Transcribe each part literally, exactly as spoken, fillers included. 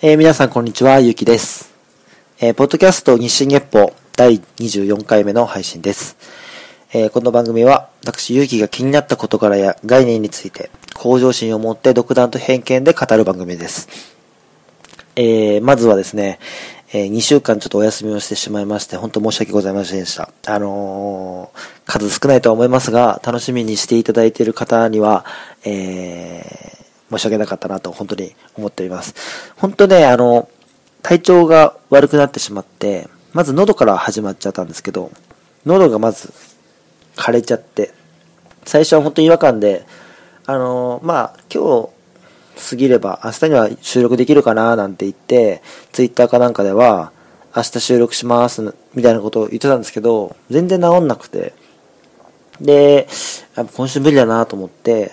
えー、皆さんこんにちは、ゆうきです。えー、ポッドキャスト日進月歩だいにじゅうよんかいめの配信です。えー、この番組は私ゆうきが気になった事柄や概念について向上心を持って独断と偏見で語る番組です。えー、まずはですね、えー、にしゅうかんちょっとお休みをしてしまいまして本当申し訳ございませんでした。あのー、数少ないとは思いますが楽しみにしていただいている方には、えー申し訳なかったなと本当に思っております。本当ね、あの、体調が悪くなってしまって、まず喉から始まっちゃったんですけど、喉がまず枯れちゃって、最初は本当に違和感で、あの、まあ、今日過ぎれば明日には収録できるかななんて言って、ツイッターかなんかでは、明日収録しますみたいなことを言ってたんですけど、全然治んなくて、で、今週無理だなと思って、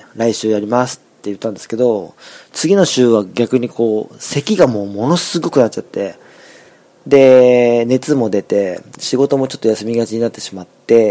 来週やりますって言ったんですけど、次の週は逆にこう咳がもうものすごくなっちゃって、で熱も出て仕事もちょっと休みがちになってしまって、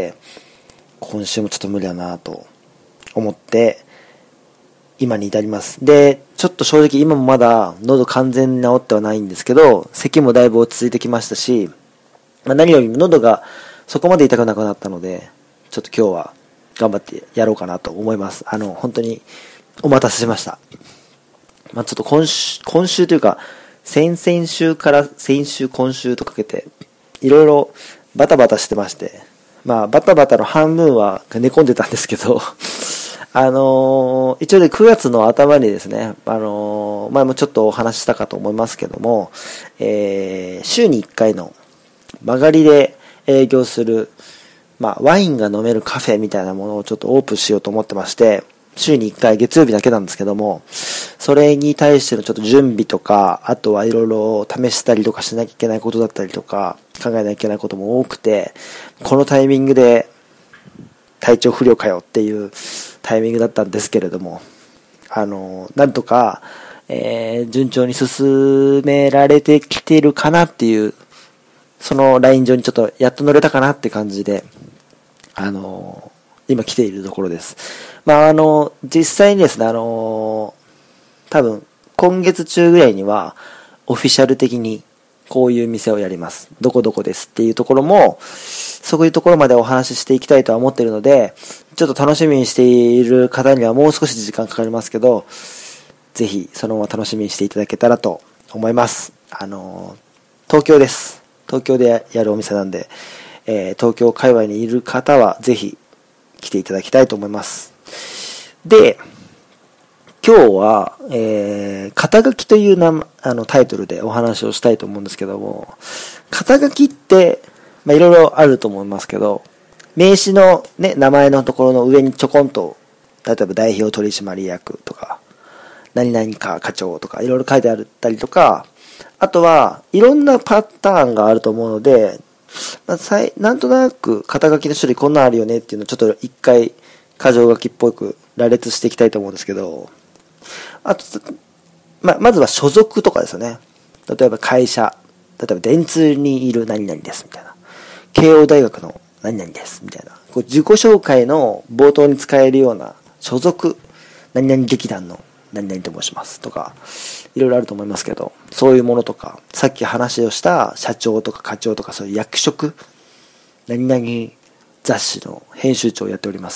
今週もちょっと無理だなと思って今に至ります。でちょっと正直今もまだ喉完全に治ってはないんですけど、咳もだいぶ落ち着いてきましたし、まあ、何よりも喉がそこまで痛くなくなったので、ちょっと今日は頑張ってやろうかなと思います。あの本当にお待たせしました。まあ、ちょっと今週、今週というか、先々週から先週、今週とかけて、いろいろバタバタしてまして、まあ、バタバタの半分は寝込んでたんですけど、あのー、一応ね、くがつの頭にですね、あのー、前もちょっとお話ししたかと思いますけども、えー、週にいっかいの曲がりで営業する、まあ、ワインが飲めるカフェみたいなものをちょっとオープンしようと思ってまして、週にいっかい月曜日だけなんですけども、それに対してのちょっと準備とか、あとはいろいろ試したりとかしなきゃいけないことだったりとか、考えなきゃいけないことも多くて、このタイミングで体調不良かよっていうタイミングだったんですけれども、あの、なんとか、えー、順調に進められてきてるかなっていう、そのライン上にちょっとやっと乗れたかなって感じで、あの、今来ているところです。まあ、あの、実際にですね、あの、多分、今月中ぐらいには、オフィシャル的に、こういう店をやります。どこどこですっていうところも、そういうところまでお話ししていきたいとは思っているので、ちょっと楽しみにしている方にはもう少し時間かかりますけど、ぜひ、そのまま楽しみにしていただけたらと思います。あの、東京です。東京でやるお店なんで、えー、東京界隈にいる方は、ぜひ、来ていただきたいと思います。で、今日は、えー、肩書きというなあのタイトルでお話をしたいと思うんですけども、肩書きって、まあ、いろいろあると思いますけど、名刺のね、名前のところの上にちょこんと、例えば代表取締役とか、何々か課長とか、いろいろ書いてあったりとか、あとは、いろんなパターンがあると思うので、まあ、なんとなく肩書きの種類こんなんあるよねっていうのをちょっと一回箇条書きっぽく羅列していきたいと思うんですけど、あと、まあ、まずは所属とかですよね。例えば会社、例えば電通にいる何々ですみたいな、慶応大学の何々ですみたいな、こう自己紹介の冒頭に使えるような所属、何々劇団の何々と申しますとか、いろいろあると思いますけど、そういうものとか、さっき話をした社長とか課長とか、そういう役職、何々雑誌の編集長をやっております、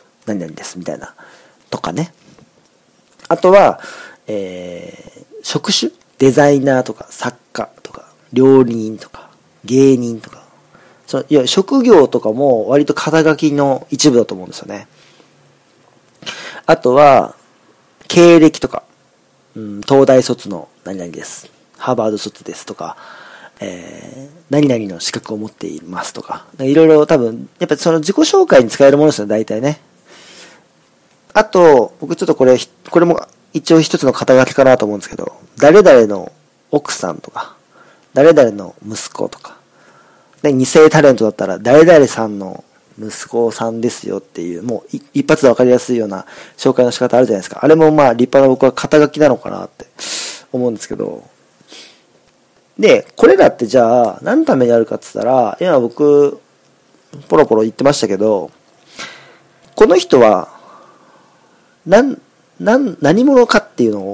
何々ですみたいなとかね。あとは、えー、職種、デザイナーとか作家とか料理人とか芸人とか、そのいや職業とかも割と肩書きの一部だと思うんですよね。あとは経歴とか、うん、東大卒の何々です、ハーバード卒ですとか、えー、何々の資格を持っていますとか、いろいろ多分やっぱりその自己紹介に使えるものですよね、大体ね。あと僕ちょっとこれこれも一応一つの肩書きかなと思うんですけど、誰々の奥さんとか誰々の息子とかで、二世タレントだったら誰々さんの息子さんですよっていう、もう一発で分かりやすいような紹介の仕方あるじゃないですか。あれもまあ立派な僕は肩書きなのかなって思うんですけど、でこれらってじゃあ何のためにあるかって言ったら、今僕ポロポロ言ってましたけど、この人は何何何者かっていうのを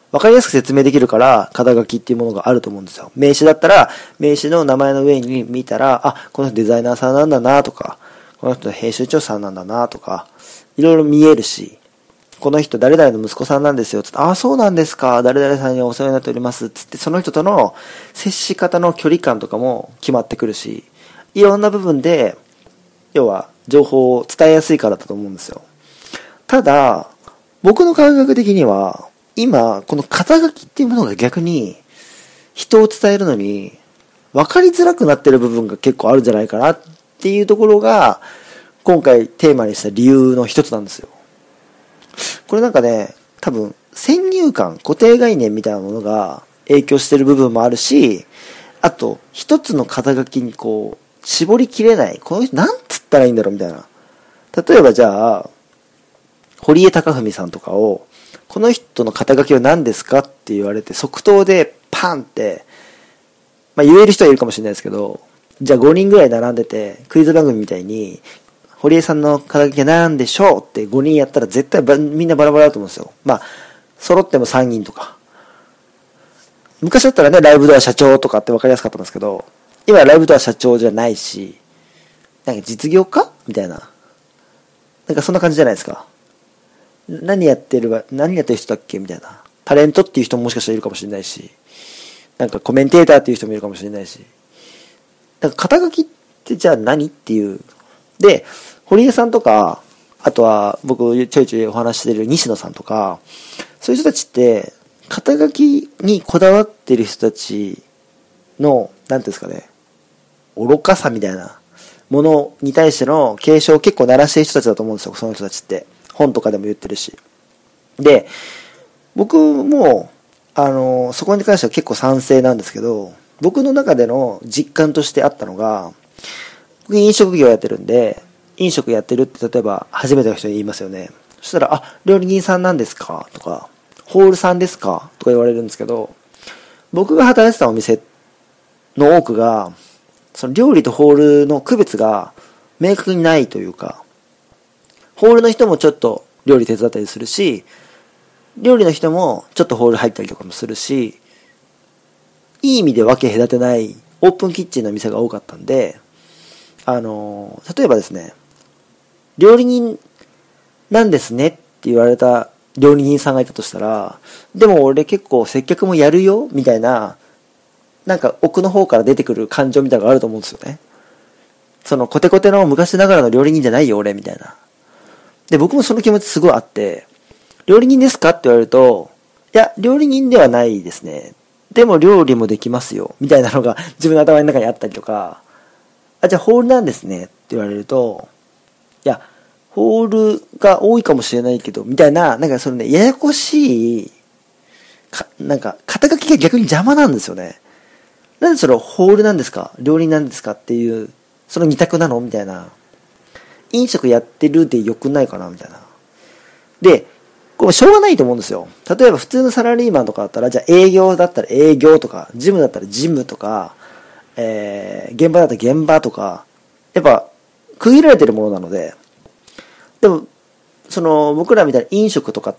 わかりやすく説明できるから、肩書きっていうものがあると思うんですよ。名刺だったら、名刺の名前の上に見たら、あ、この人デザイナーさんなんだなとか、この人編集長さんなんだなとか、いろいろ見えるし、この人誰々の息子さんなんですよ、つって、あ、そうなんですか、誰々さんにお世話になっております、つって、その人との接し方の距離感とかも決まってくるし、いろんな部分で、要は情報を伝えやすいからだと思うんですよ。ただ、僕の感覚的には、今、この肩書きっていうものが逆に、人を伝えるのに、分かりづらくなってる部分が結構あるんじゃないかなっていうところが、今回テーマにした理由の一つなんですよ。これなんかね、多分、先入観、固定概念みたいなものが影響してる部分もあるし、あと、一つの肩書きにこう、絞りきれない。この人、なんつったらいいんだろうみたいな。例えばじゃあ、堀江貴文さんとかを、この人の肩書きは何ですかって言われて、即答でパンって、まあ言える人はいるかもしれないですけど、じゃあごにんぐらい並んでて、クイズ番組みたいに、堀江さんの肩書きは何でしょうってごにんやったら絶対みんなバラバラだと思うんですよ。まあ、揃ってもさんにんとか。昔だったらね、ライブドア社長とかって分かりやすかったんですけど、今はライブドア社長じゃないし、なんか実業家みたいな。なんかそんな感じじゃないですか。何やってる、何やってる人だっけみたいな。タレントっていう人ももしかしたらいるかもしれないし、なんかコメンテーターっていう人もいるかもしれないし。だから肩書きってじゃあ何っていう。で、堀江さんとか、あとは僕ちょいちょいお話ししてる西野さんとか、そういう人たちって、肩書きにこだわってる人たちの、なんていうんですかね、愚かさみたいなものに対しての警鐘を結構鳴らしてる人たちだと思うんですよ、その人たちって。本とかでも言ってるし。で、僕も、あの、そこに関しては結構賛成なんですけど、僕の中での実感としてあったのが、僕飲食業やってるんで、飲食やってるって例えば初めての人に言いますよね。そしたら、あ、料理人さんなんですかとか、ホールさんですかとか言われるんですけど、僕が働いてたお店の多くが、その料理とホールの区別が明確にないというか、ホールの人もちょっと料理手伝ったりするし、料理の人もちょっとホール入ったりとかもするし、いい意味で分け隔てないオープンキッチンの店が多かったんで、あの、例えばですね、料理人なんですねって言われた料理人さんがいたとしたら、でも俺結構接客もやるよみたいな、なんか奥の方から出てくる感情みたいなのがあると思うんですよね。そのコテコテの昔ながらの料理人じゃないよ俺みたいな。で、僕もその気持ちすごいあって、料理人ですかって言われると、いや、料理人ではないですね。でも料理もできますよ。みたいなのが自分の頭の中にあったりとか、あ、じゃあホールなんですねって言われると、いや、ホールが多いかもしれないけど、みたいな、なんかそのね、ややこしい、か、なんか、肩書きが逆に邪魔なんですよね。なんでそれをホールなんですか料理人なんですかっていう、その二択なのみたいな。飲食やってるでよくないかなみたいな。で、これしょうがないと思うんですよ。例えば普通のサラリーマンとかだったら、じゃあ営業だったら営業とか、ジムだったらジムとか、えー、現場だったら現場とか、やっぱ区切られてるものなので、でも、その僕らみたいな飲食とかって、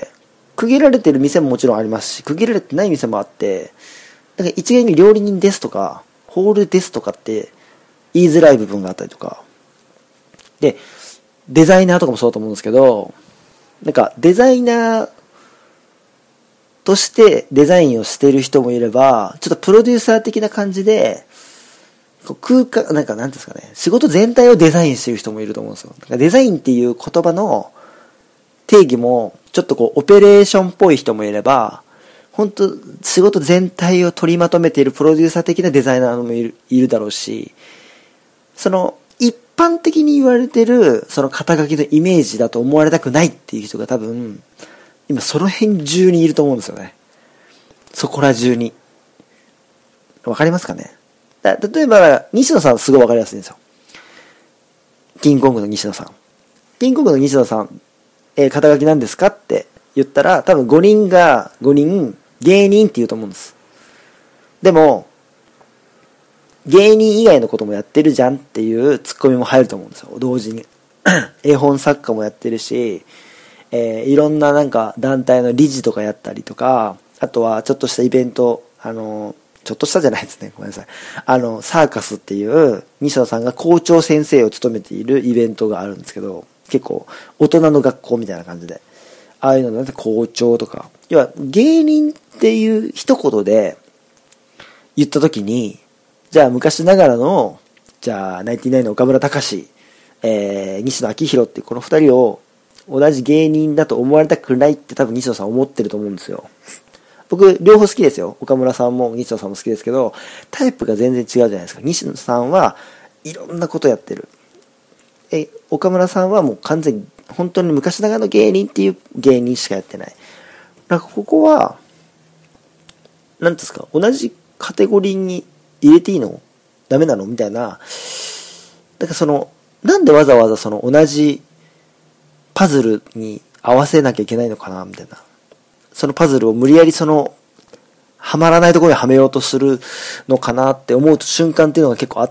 区切られてる店ももちろんありますし、区切られてない店もあって、だから一概に料理人ですとか、ホールですとかって言いづらい部分があったりとか、で、デザイナーとかもそうだと思うんですけど、なんかデザイナーとしてデザインをしている人もいれば、ちょっとプロデューサー的な感じで、空間、なんかなんですかね、仕事全体をデザインしている人もいると思うんですよ。なんかデザインっていう言葉の定義も、ちょっとこうオペレーションっぽい人もいれば、本当仕事全体を取りまとめているプロデューサー的なデザイナーもいる、いるだろうし、その、一般的に言われてる、その肩書きのイメージだと思われたくないっていう人が多分、今その辺中にいると思うんですよね。そこら中に。わかりますかね？だ例えば、西野さんすごいわかりやすいんですよ。キングコングの西野さん。キングコングの西野さん、えー、肩書きなんですかって言ったら、多分ごにんがごにん芸人って言うと思うんです。でも、芸人以外のこともやってるじゃんっていうツッコミも入ると思うんですよ、同時に。絵本作家もやってるし、えー、いろんななんか団体の理事とかやったりとか、 あとはちょっとしたイベント、あの、ちょっとしたじゃないですね。ごめんなさい。あの、サーカスっていう、西野さんが校長先生を務めているイベントがあるんですけど、結構、大人の学校みたいな感じで。ああいうのなんて校長とか。要は、芸人っていう一言で言ったときに、じゃあ昔ながらの、じゃあ、ナインティナインの岡村隆史、えー、西野昭弘っていうこの二人を同じ芸人だと思われたくないって多分西野さん思ってると思うんですよ。僕、両方好きですよ。岡村さんも西野さんも好きですけど、タイプが全然違うじゃないですか。西野さんはいろんなことやってる。え、岡村さんはもう完全に、本当に昔ながらの芸人っていう芸人しかやってない。だからここは、なんですか、同じカテゴリーに入れていいの？ダメなの？みたいな。だからその、なんでわざわざその同じパズルに合わせなきゃいけないのかなみたいな。そのパズルを無理やりその、はまらないところにはめようとするのかなって思う瞬間っていうのが結構あって。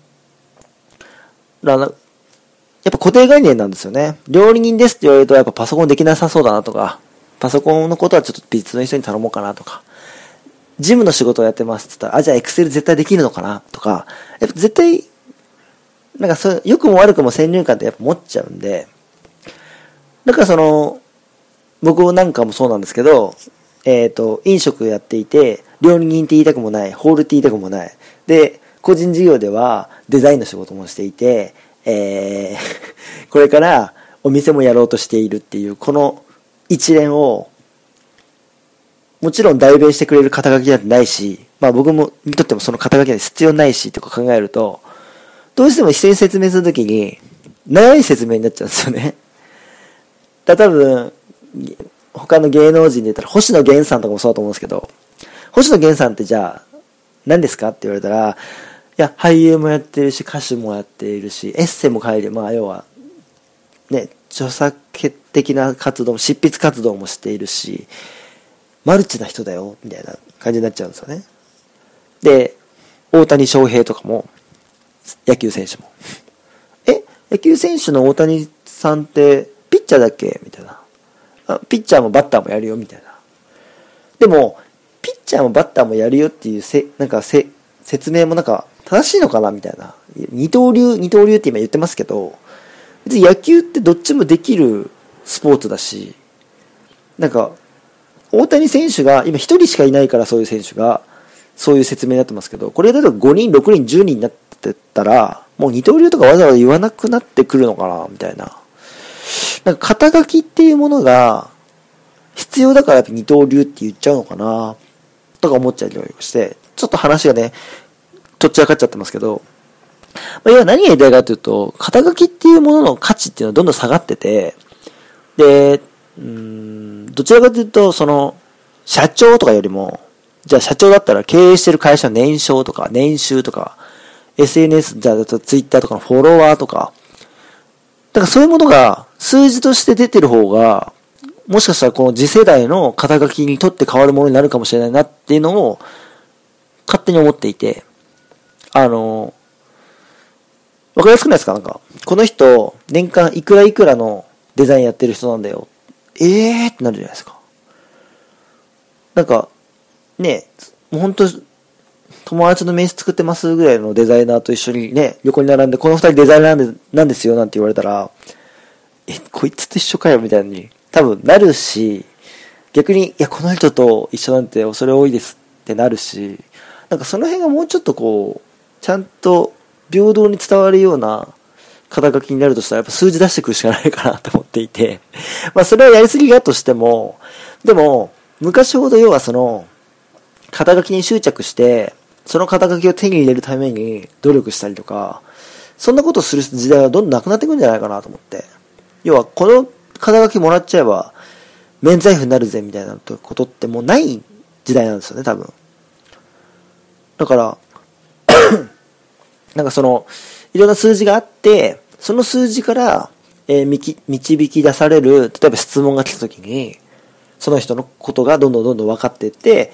だから、やっぱ固定概念なんですよね。料理人ですって言われるとやっぱパソコンできなさそうだなとか、パソコンのことはちょっと別の人に頼もうかなとか、事務の仕事をやってますって言ったら、あ、じゃあエクセル絶対できるのかなとか、やっぱ絶対、なんかそう、良くも悪くも先入観ってやっぱ持っちゃうんで、だからその、僕なんかもそうなんですけど、えっと、飲食やっていて、料理人って言いたくもない、ホールって言いたくもない。で、個人事業ではデザインの仕事もしていて、えー、これからお店もやろうとしているっていう、この一連を、もちろん代弁してくれる肩書きなんてないし、まあ僕も、にとってもその肩書きは必要ないし、とか考えると、どうしても人に説明するときに、長い説明になっちゃうんですよね。だ多分、他の芸能人で言ったら、星野源さんとかもそうだと思うんですけど、星野源さんってじゃあ、何ですかって言われたら、いや、俳優もやってるし、歌手もやっているし、エッセイも書いてる。まあ、要は、ね、著作的な活動も、執筆活動もしているし、マルチな人だよ、みたいな感じになっちゃうんですよね。で、大谷翔平とかも、野球選手も。え、野球選手の大谷さんって、ピッチャーだっけみたいな。あ、ピッチャーもバッターもやるよ、みたいな。でも、ピッチャーもバッターもやるよっていうせ、なんかせ、説明もなんか、正しいのかなみたいな。二刀流、二刀流って今言ってますけど、別に野球ってどっちもできるスポーツだし、なんか、大谷選手が、今一人しかいないからそういう選手が、そういう説明になってますけど、これだとごにん、ろくにん、じゅうにんになってたら、もう二刀流とかわざわざ言わなくなってくるのかなみたいな。なんか肩書きっていうものが、必要だからやっぱ二刀流って言っちゃうのかなとか思っちゃったりして、ちょっと話がね、とっちらかっちゃってますけど、まあ、要は何が言いたいかというと、肩書きっていうものの価値っていうのはどんどん下がってて、で、うーん、どちらかというと、その、社長とかよりも、じゃあ社長だったら経営してる会社の年商とか年収とか、エスエヌエス、じゃあツイッターとかのフォロワーとか、だからそういうものが数字として出てる方が、もしかしたらこの次世代の肩書きにとって変わるものになるかもしれないなっていうのを勝手に思っていて、あの、わかりやすくないですか？なんか、この人、年間いくらいくらのデザインやってる人なんだよ。えーってなるじゃないですか。なんか、ね、もうほんと、友達の名刺作ってますぐらいのデザイナーと一緒にね、横に並んで、この二人デザイナーなんで、なんですよなんて言われたら、え、こいつと一緒かよみたいに多分なるし、逆に、いや、この人と一緒なんて恐れ多いですってなるし、なんかその辺がもうちょっとこう、ちゃんと平等に伝わるような肩書きになるとしたら、やっぱ数字出してくるしかないかなと思っていて、まあそれはやりすぎだとしても、でも、昔ほど要はその、肩書きに執着して、その肩書きを手に入れるために努力したりとか、そんなことをする時代はどんどんなくなっていくんじゃないかなと思って。要は、この肩書きもらっちゃえば、免罪符になるぜみたいなことってもうない時代なんですよね、多分。だから、なんかその、いろんな数字があって、その数字から、えー、導き出される、例えば質問が来た時に、その人のことがどんどんどんどん分かっていって、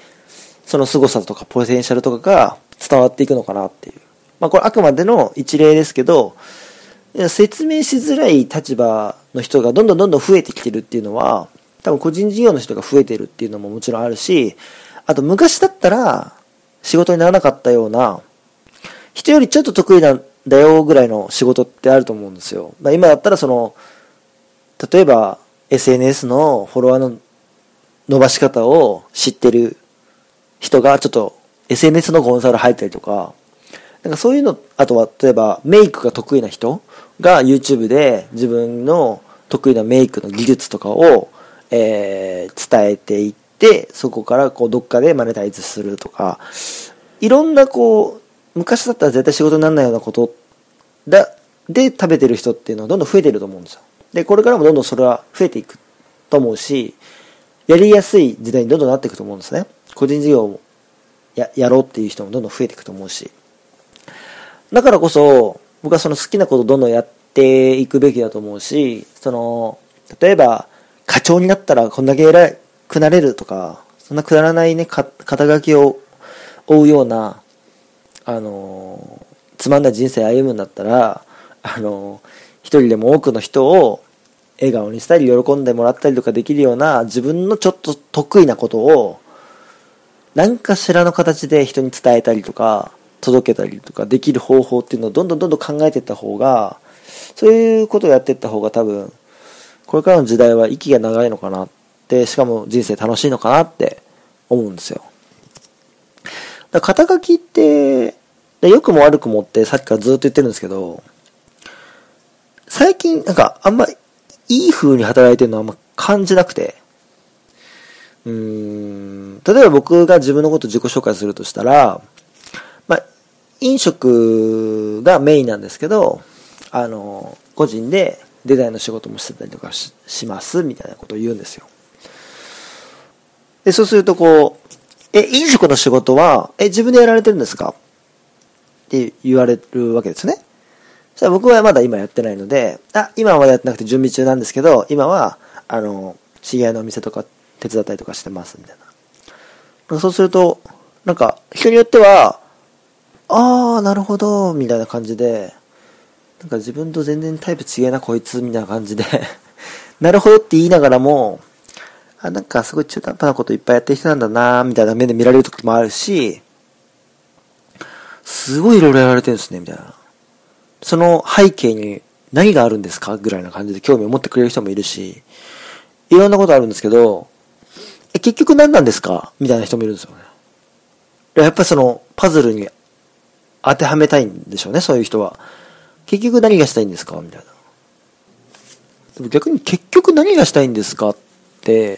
その凄さとかポテンシャルとかが伝わっていくのかなっていう。まあこれあくまでの一例ですけど、説明しづらい立場の人がどんどんどんどん増えてきてるっていうのは、 多分個人事業の人が増えてるっていうのももちろんあるし、あと昔だったら仕事にならなかったような、人よりちょっと得意なんだよぐらいの仕事ってあると思うんですよ。今だったらその、例えば エスエヌエス のフォロワーの伸ばし方を知ってる人がちょっと エスエヌエス のコンサル入ったりとか、なんかそういうの、あとは例えばメイクが得意な人が YouTube で自分の得意なメイクの技術とかを、えー、伝えていって、そこからこうどっかでマネタイズするとか、いろんなこう、昔だったら絶対仕事にならないようなことだで食べてる人っていうのはどんどん増えてると思うんですよ。で、これからもどんどんそれは増えていくと思うし、やりやすい時代にどんどんなっていくと思うんですね。個人事業を や, やろうっていう人もどんどん増えていくと思うし。だからこそ、僕はその好きなことをどんどんやっていくべきだと思うし、その、例えば、課長になったらこんだけ偉くなれるとか、そんなくだらないね、か肩書きを追うような、あの、つまんない人生歩むんだったら、あの、一人でも多くの人を笑顔にしたり喜んでもらったりとかできるような自分のちょっと得意なことを何かしらの形で人に伝えたりとか届けたりとかできる方法っていうのをどんどんどんどん考えていった方が、そういうことをやっていった方が多分これからの時代は息が長いのかなって、しかも人生楽しいのかなって思うんですよ。だから肩書きって良くも悪くもってさっきからずっと言ってるんですけど、最近なんかあんまいい風に働いてるのはあんま感じなくて、うーん、例えば僕が自分のこと自己紹介するとしたら、まあ、飲食がメインなんですけど、あの、個人でデザインの仕事もしてたりとか し, しますみたいなことを言うんですよ。で、そうするとこう、え、飲食の仕事は、え、自分でやられてるんですかって言われるわけですね。じゃあ僕はまだ今やってないので、あ、今はやってなくて準備中なんですけど、今は、あの、知り合いのお店とか手伝ったりとかしてます、みたいな。そうすると、なんか、人によっては、あー、なるほど、みたいな感じで、なんか自分と全然タイプ違えな、こいつ、みたいな感じで、なるほどって言いながらも、あ、なんかすごい中途半端なこといっぱいやってる人なんだな、みたいな目で見られる時もあるし、すごいいろいろやられてるんですね、みたいな。その背景に何があるんですかぐらいな感じで興味を持ってくれる人もいるし、いろんなことあるんですけど、え、結局何なんですかみたいな人もいるんですよね。やっぱりそのパズルに当てはめたいんでしょうね、そういう人は。結局何がしたいんですかみたいな。でも逆に結局何がしたいんですかって、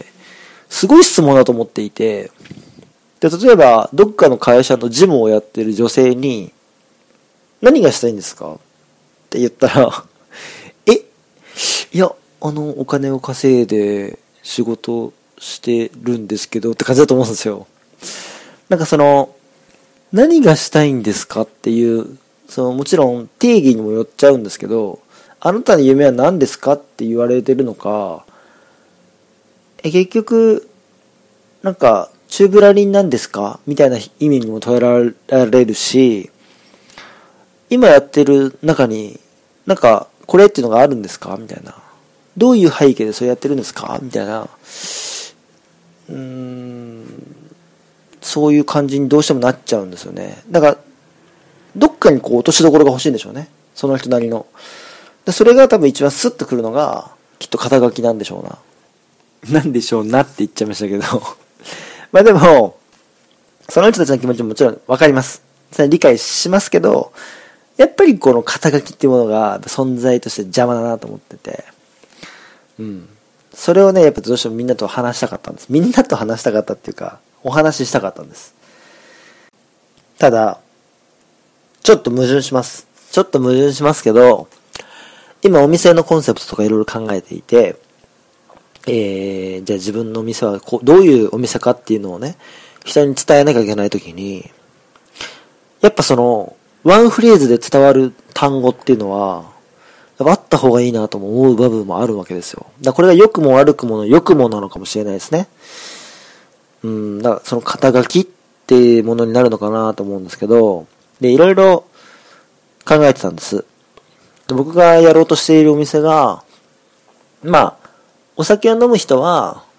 すごい質問だと思っていて、で、例えばどっかの会社の事務をやってる女性に、何がしたいんですかって言ったら、え、いや、あの、お金を稼いで仕事してるんですけどって感じだと思うんですよ。なんかその、何がしたいんですかっていう、そのもちろん定義にもよっちゃうんですけど、あなたの夢は何ですかって言われてるのか、え、結局、なんか、チューブラリンなんですかみたいな意味にも捉えられるし、今やってる中に、なんか、これっていうのがあるんですかみたいな。どういう背景でそれやってるんですかみたいな。うーん、そういう感じにどうしてもなっちゃうんですよね。だから、どっかにこう落としどころが欲しいんでしょうね。その人なりの。でそれが多分一番スッとくるのが、きっと肩書きなんでしょうな。なんでしょうなって言っちゃいましたけど。まあでも、その人たちの気持ちももちろんわかります。それ理解しますけど、やっぱりこの肩書きっていうものが存在として邪魔だなと思ってて、うん。それをね、やっぱどうしてもみんなと話したかったんです。みんなと話したかったっていうか、お話ししたかったんです。ただ、ちょっと矛盾します。ちょっと矛盾しますけど、今お店のコンセプトとかいろいろ考えていて、えー、じゃあ自分のお店はこうどういうお店かっていうのをね、人に伝えなきゃいけないときに、やっぱその、ワンフレーズで伝わる単語っていうのは、やっぱあった方がいいなとも思う部分もあるわけですよ。だからこれが良くも悪くもの良くもなのかもしれないですね。うん、だからその肩書きっていうものになるのかなと思うんですけど、で、いろいろ考えてたんです。で僕がやろうとしているお店が、まあ、お酒を飲む人は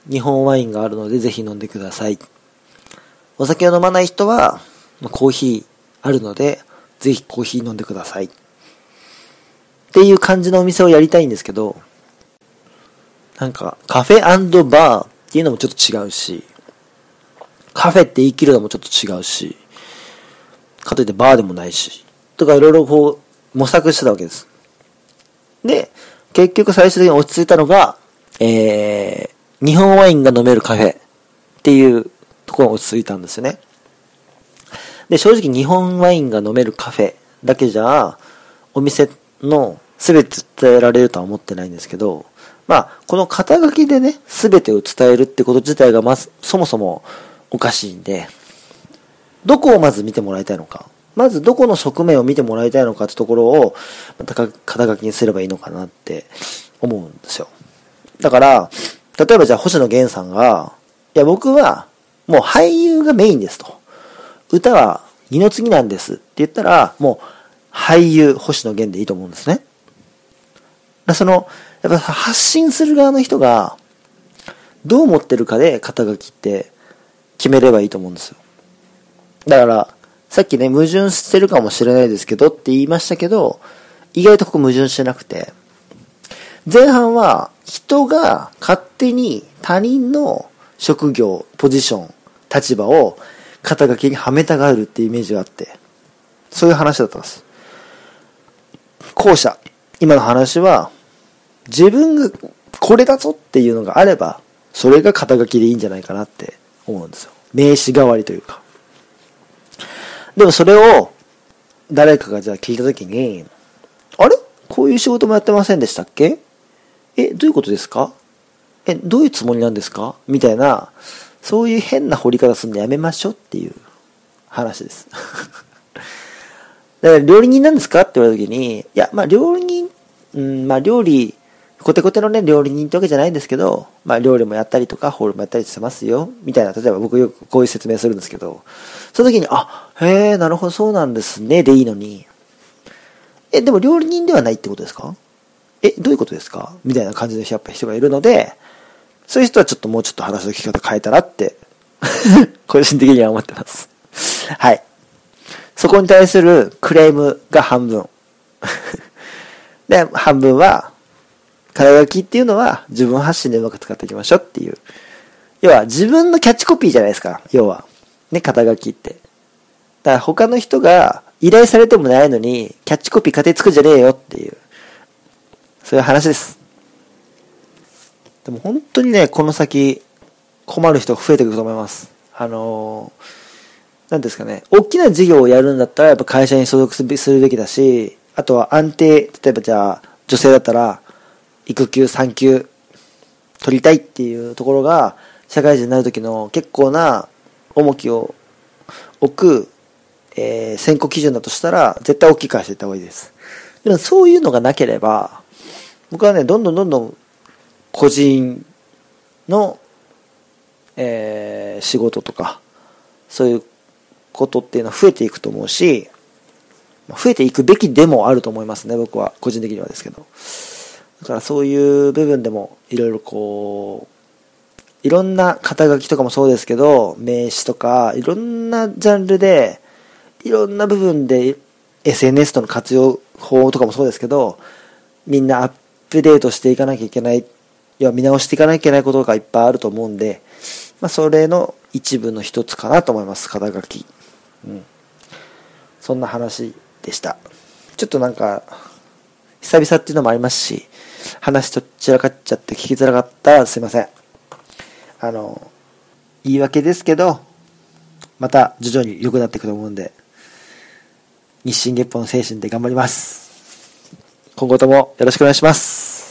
日本ワインがあるのでぜひ飲んでください。お酒を飲まない人はコーヒーあるのでぜひコーヒー飲んでくださいっていう感じのお店をやりたいんですけど、なんかカフェ&バーっていうのもちょっと違うし、カフェって言い切るのもちょっと違うし、かといってバーでもないしとかいろいろこう模索してたわけです。で結局最終的に落ち着いたのが、えー、日本ワインが飲めるカフェっていうところに落ち着いたんですよね。で、正直日本ワインが飲めるカフェだけじゃお店の全て伝えられるとは思ってないんですけど、まあこの肩書きでね全てを伝えるってこと自体がまずそもそもおかしいんで、どこをまず見てもらいたいのか、まずどこの側面を見てもらいたいのかってところをまた肩書きにすればいいのかなって思うんですよ。だから例えばじゃあ星野源さんが、いや僕はもう俳優がメインですと、歌は二の次なんですって言ったら、もう俳優星野源でいいと思うんですね。だそのやっぱ発信する側の人がどう思ってるかで肩書きって決めればいいと思うんですよ。だからさっきね矛盾してるかもしれないですけどって言いましたけど、意外とここ矛盾してなくて、前半は人が勝手に他人の職業、ポジション、立場を肩書きにはめたがるっていうイメージがあって、そういう話だったんです。後者、今の話は自分がこれだぞっていうのがあれば、それが肩書きでいいんじゃないかなって思うんですよ。名詞代わりというか。でもそれを誰かがじゃあ聞いたときに、あれこういう仕事もやってませんでしたっけ？え、どういうことですか？え、どういうつもりなんですか？みたいな、そういう変な掘り方するのやめましょうっていう話です。だから料理人なんですかって言われたときに、いや、まあ料理人、うん、まあ料理、コテコテのね、料理人ってわけじゃないんですけど、まあ料理もやったりとか、ホールもやったりしてますよ、みたいな、例えば僕よくこういう説明するんですけど、その時に、あ、へえ、なるほどそうなんですね、でいいのに、え、でも料理人ではないってことですか？え、どういうことですか？みたいな感じのやっぱ人がいるので、そういう人はちょっともうちょっと話の聞き方変えたらって、個人的には思ってます。はい。そこに対するクレームが半分。で、半分は、肩書きっていうのは自分発信でうまく使っていきましょうっていう。要は自分のキャッチコピーじゃないですか。要は。ね、肩書きって。だから他の人が依頼されてもないのに、キャッチコピー勝手に作るんじゃねえよっていう。そういう話です。でも本当にね、この先困る人が増えてくると思います。あのー、なんですかね、大きな事業をやるんだったらやっぱ会社に所属するべきだし、あとは安定、例えばじゃあ女性だったら育休産休取りたいっていうところが社会人になる時の結構な重きを置く、えー、選考基準だとしたら絶対大きい会社行った方がいいです。でもそういうのがなければ、僕はね、どんどんどんどん個人の、えー、仕事とかそういうことっていうのは増えていくと思うし、増えていくべきでもあると思いますね、僕は個人的にはですけど。だからそういう部分でもいろいろこういろんな肩書きとかもそうですけど、名詞とかいろんなジャンルでいろんな部分で エスエヌエス との活用法とかもそうですけど、みんなアップデートしていかなきゃいけない、いや見直していかなきゃいけないことがいっぱいあると思うんで、まあ、それの一部の一つかなと思います、肩書き。うん、そんな話でした。ちょっとなんか久々っていうのもありますし、話と散らかっちゃって聞きづらかったらすいません。あの言い訳ですけど、また徐々に良くなっていくと思うんで、日進月歩の精神で頑張ります。今後ともよろしくお願いします。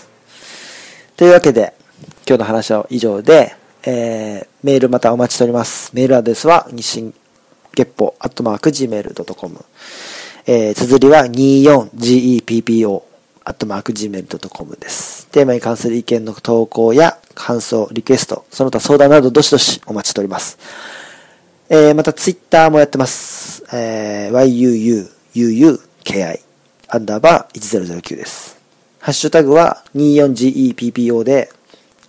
というわけで今日の話は以上で、えー、メールまたお待ちしております。メールアドレスは日進月歩アットマーク ジーメールドットコム、えー、綴りは にじゅうよんジーイーピーピーオー アットマーク ジーメールドットコム です。テーマに関する意見の投稿や感想、リクエスト、その他相談などどしどしお待ちしております。えー、またツイッターもやってます。えー、ワイユーユーユーユーケーアイ アンダーバーいちぜろぜろきゅうです。ハッシュタグは にじゅうよんジーイーピーピーオー で、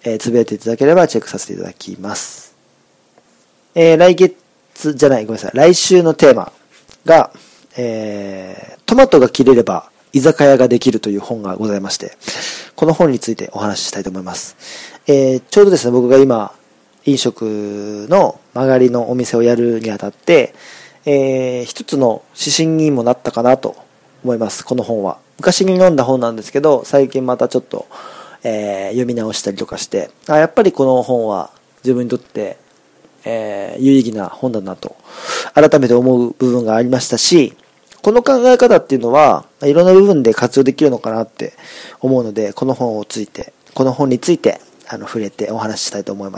えー、つぶやいていただければチェックさせていただきます。えー、来月じゃない、ごめんなさい。来週のテーマが、えー、トマトが切れれば居酒屋ができるという本がございまして、この本についてお話ししたいと思います。えー、ちょうどですね、僕が今、飲食の曲がりのお店をやるにあたって、えー、一つの指針にもなったかなと思います、この本は。昔に読んだ本なんですけど、最近またちょっと、えー、読み直したりとかして、あ、やっぱりこの本は自分にとって、えー、有意義な本だなと、改めて思う部分がありましたし、この考え方っていうのは、いろんな部分で活用できるのかなって思うので、この本をついて、この本について、あの、触れてお話ししたいと思います。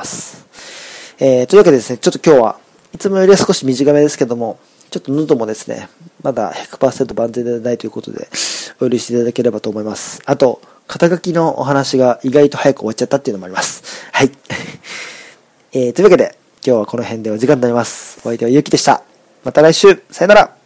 えー、というわけでですね、ちょっと今日はいつもよりは少し短めですけども、ちょっと喉もですね、まだ ひゃくパーセント 万全ではないということで、お許しいただければと思います。あと、肩書きのお話が意外と早く終わっちゃったっていうのもあります。はい。えー、というわけで、今日はこの辺でお時間になります。お相手はゆうきでした。また来週、さよなら。